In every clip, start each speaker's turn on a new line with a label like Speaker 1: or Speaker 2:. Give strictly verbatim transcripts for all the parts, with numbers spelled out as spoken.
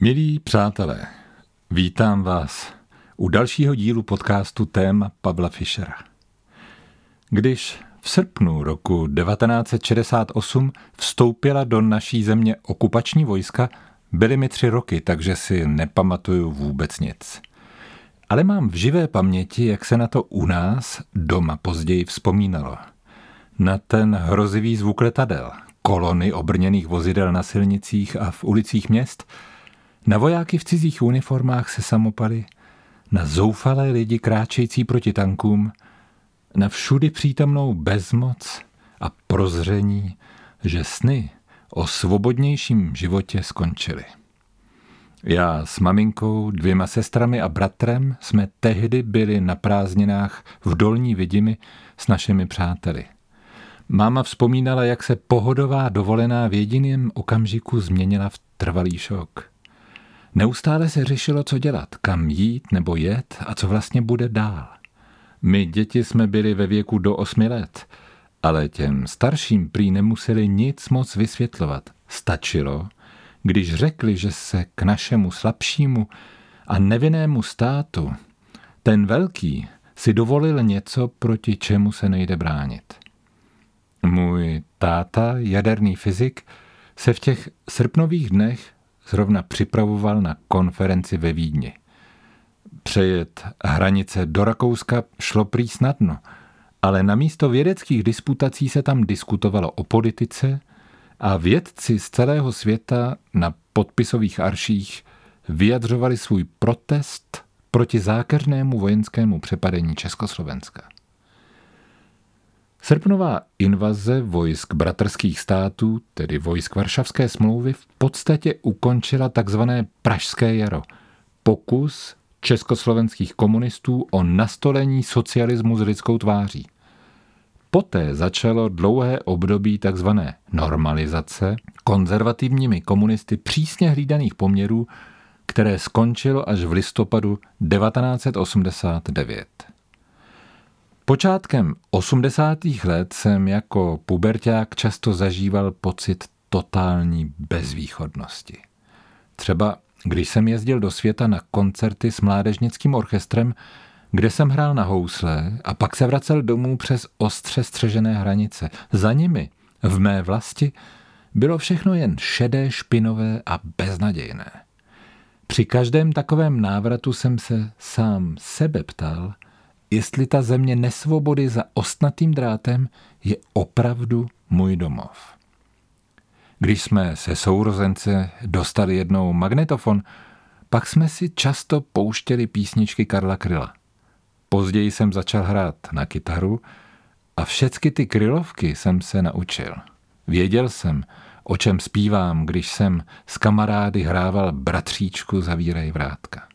Speaker 1: Milí přátelé, vítám vás u dalšího dílu podcastu Téma Pavla Fischera. Když v srpnu roku devatenáct set šedesát osm vstoupila do naší země okupační vojska, byly mi tři roky, takže si nepamatuju vůbec nic. Ale mám v živé paměti, jak se na to u nás doma později vzpomínalo. Na ten hrozivý zvuk letadel, kolony obrněných vozidel na silnicích a v ulicích měst, na vojáky v cizích uniformách se samopaly, na zoufalé lidi kráčející proti tankům, na všudy přítomnou bezmoc a prozření, že sny o svobodnějším životě skončily. Já s maminkou, dvěma sestrami a bratrem jsme tehdy byli na prázdninách v Dolní Vidimi s našimi přáteli. Máma vzpomínala, jak se pohodová dovolená v jediném okamžiku změnila v trvalý šok. Neustále se řešilo, co dělat, kam jít nebo jet a co vlastně bude dál. My děti jsme byli ve věku do osmi let, ale těm starším prý nemuseli nic moc vysvětlovat. Stačilo, když řekli, že se k našemu slabšímu a nevinnému státu, ten velký, si dovolil něco, proti čemu se nejde bránit. Můj táta, jaderný fyzik, se v těch srpnových dnech zrovna připravoval na konferenci ve Vídni. Přejet hranice do Rakouska šlo prý snadno, ale namísto vědeckých disputací se tam diskutovalo o politice a vědci z celého světa na podpisových arších vyjadřovali svůj protest proti zákeřnému vojenskému přepadení Československa. Srpnová invaze vojsk bratrských států, tedy vojsk Varšavské smlouvy, v podstatě ukončila takzvané Pražské jaro, pokus československých komunistů o nastolení socialismu s lidskou tváří. Poté začalo dlouhé období takzvané normalizace konzervativními komunisty přísně hlídaných poměrů, které skončilo až v listopadu devatenáct set osmdesát devět. Počátkem osmdesátých let jsem jako puberťák často zažíval pocit totální bezvýchodnosti. Třeba když jsem jezdil do světa na koncerty s mládežnickým orchestrem, kde jsem hrál na housle a pak se vracel domů přes ostře střežené hranice. Za nimi, v mé vlasti, bylo všechno jen šedé, špinové a beznadějné. Při každém takovém návratu jsem se sám sebe ptal, jestli ta země nesvobody za ostnatým drátem je opravdu můj domov. Když jsme se sourozence dostali jednou magnetofon, pak jsme si často pouštěli písničky Karla Kryla. Později jsem začal hrát na kytaru a všecky ty krylovky jsem se naučil. Věděl jsem, o čem zpívám, když jsem s kamarády hrával Bratříčku, zavírej vrátka.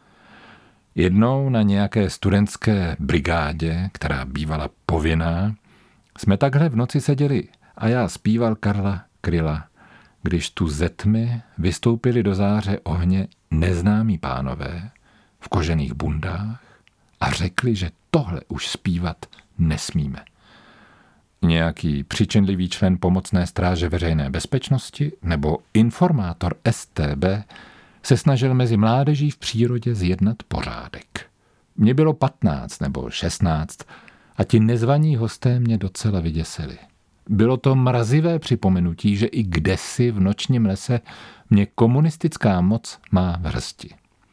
Speaker 1: Jednou na nějaké studentské brigádě, která bývala povinná, jsme takhle v noci seděli a já zpíval Karla Kryla, když tu ze tmy vystoupili do záře ohně neznámí pánové v kožených bundách a řekli, že tohle už zpívat nesmíme. Nějaký přičinlivý člen pomocné stráže veřejné bezpečnosti nebo informátor S T B se snažil mezi mládeží v přírodě zjednat pořádek. Mně bylo patnáct nebo šestnáct a ti nezvaní hosté mě docela vyděsili. Bylo to mrazivé připomenutí, že i kdesi v nočním lese mě komunistická moc má v hrsti.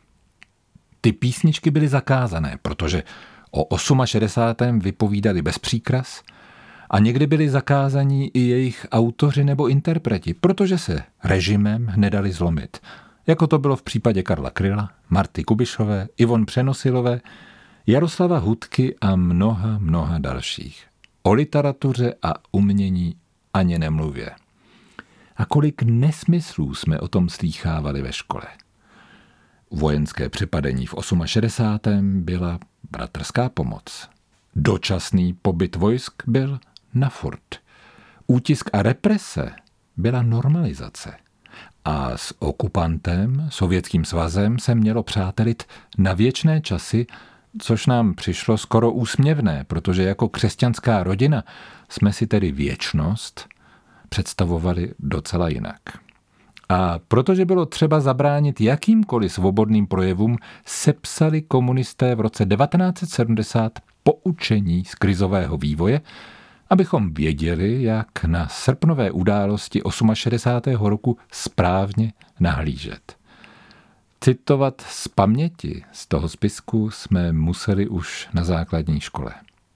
Speaker 1: Ty písničky byly zakázané, protože o šedesátém osmém vypovídali bez příkras a někdy byli zakázaní i jejich autoři nebo interpreti, protože se režimem nedali zlomit. Jako to bylo v případě Karla Kryla, Marty Kubišové, Ivon Přenosilové, Jaroslava Hudky a mnoha, mnoha dalších. O literatuře a umění ani nemluvě. A kolik nesmyslů jsme o tom slýchávali ve škole. Vojenské přepadení v šedesátém osmém byla bratrská pomoc. Dočasný pobyt vojsk byl na furt. Útisk a represe byla normalizace. A s okupantem, Sovětským svazem, se mělo přátelit na věčné časy, což nám přišlo skoro úsměvné, protože jako křesťanská rodina jsme si tedy věčnost představovali docela jinak. A protože bylo třeba zabránit jakýmkoliv svobodným projevům, sepsali komunisté v roce devatenáct set sedmdesát poučení z krizového vývoje, abychom věděli, jak na srpnové události šedesátého osmého roku správně nahlížet. Citovat z paměti z toho spisku jsme museli už na základní škole.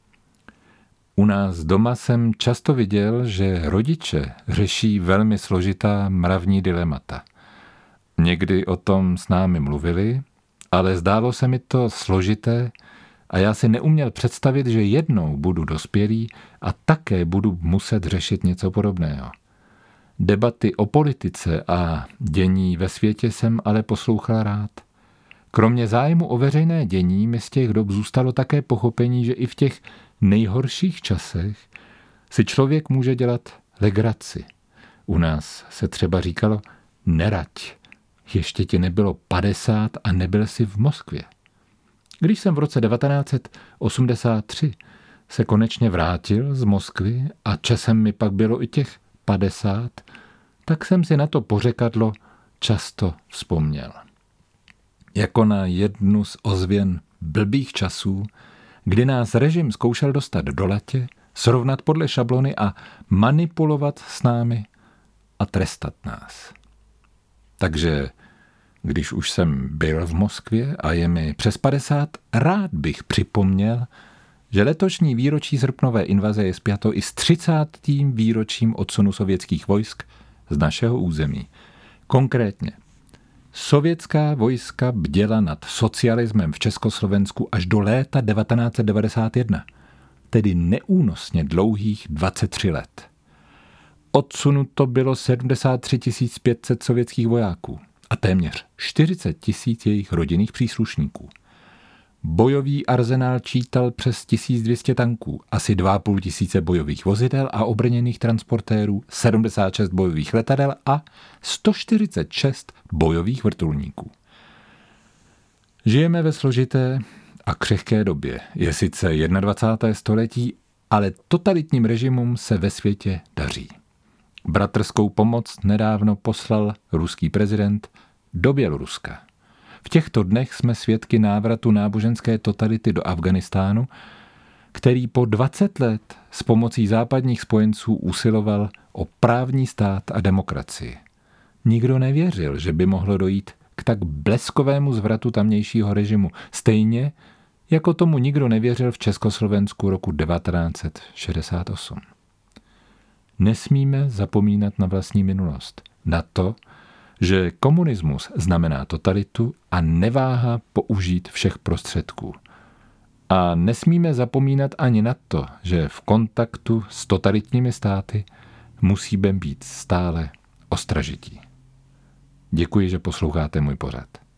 Speaker 1: U nás doma jsem často viděl, že rodiče řeší velmi složitá mravní dilemata. Někdy o tom s námi mluvili, ale zdálo se mi to složité a já si neuměl představit, že jednou budu dospělý a také budu muset řešit něco podobného. Debaty o politice a dění ve světě jsem ale poslouchal rád. Kromě zájmu o veřejné dění mi z těch dob zůstalo také pochopení, že i v těch nejhorších časech si člověk může dělat legraci. U nás se třeba říkalo nerať, ještě ti nebylo padesát a nebyl jsi v Moskvě. Když jsem v roce devatenáct set osmdesát tři se konečně vrátil z Moskvy a časem mi pak bylo i těch padesát, tak jsem si na to pořekadlo často vzpomněl. Jako na jednu z ozvěn blbých časů, kdy nás režim zkoušel dostat do latě, srovnat podle šablony a manipulovat s námi a trestat nás. Takže když už jsem byl v Moskvě a je mi přes padesát, rád bych připomněl, že letošní výročí srpnové invaze je spjato i s třicátým výročím odsunu sovětských vojsk z našeho území. Konkrétně, sovětská vojska bděla nad socialismem v Československu až do léta devatenáct set devadesát jedna, tedy neúnosně dlouhých dvacet tři let. Odsunuto bylo sedmdesát tři tisíc pět set sovětských vojáků a téměř čtyřicet tisíc jejich rodinných příslušníků. Bojový arzenál čítal přes tisíc dvě stě tanků, asi dva a půl tisíce bojových vozidel a obrněných transportérů, sedmdesát šest bojových letadel a sto čtyřicet šest bojových vrtulníků. Žijeme ve složité a křehké době. Je sice dvacátého prvního století, ale totalitním režimům se ve světě daří. Bratrskou pomoc nedávno poslal ruský prezident do Běloruska. V těchto dnech jsme svědky návratu náboženské totality do Afghánistánu, který po dvacet let s pomocí západních spojenců usiloval o právní stát a demokracii. Nikdo nevěřil, že by mohlo dojít k tak bleskovému zvratu tamnějšího režimu, stejně jako tomu nikdo nevěřil v Československu roku devatenáct set šedesát osm. Nesmíme zapomínat na vlastní minulost, na to, že komunismus znamená totalitu a neváhá použít všech prostředků. A nesmíme zapomínat ani na to, že v kontaktu s totalitními státy musíme být stále ostražití. Děkuji, že posloucháte můj pořad.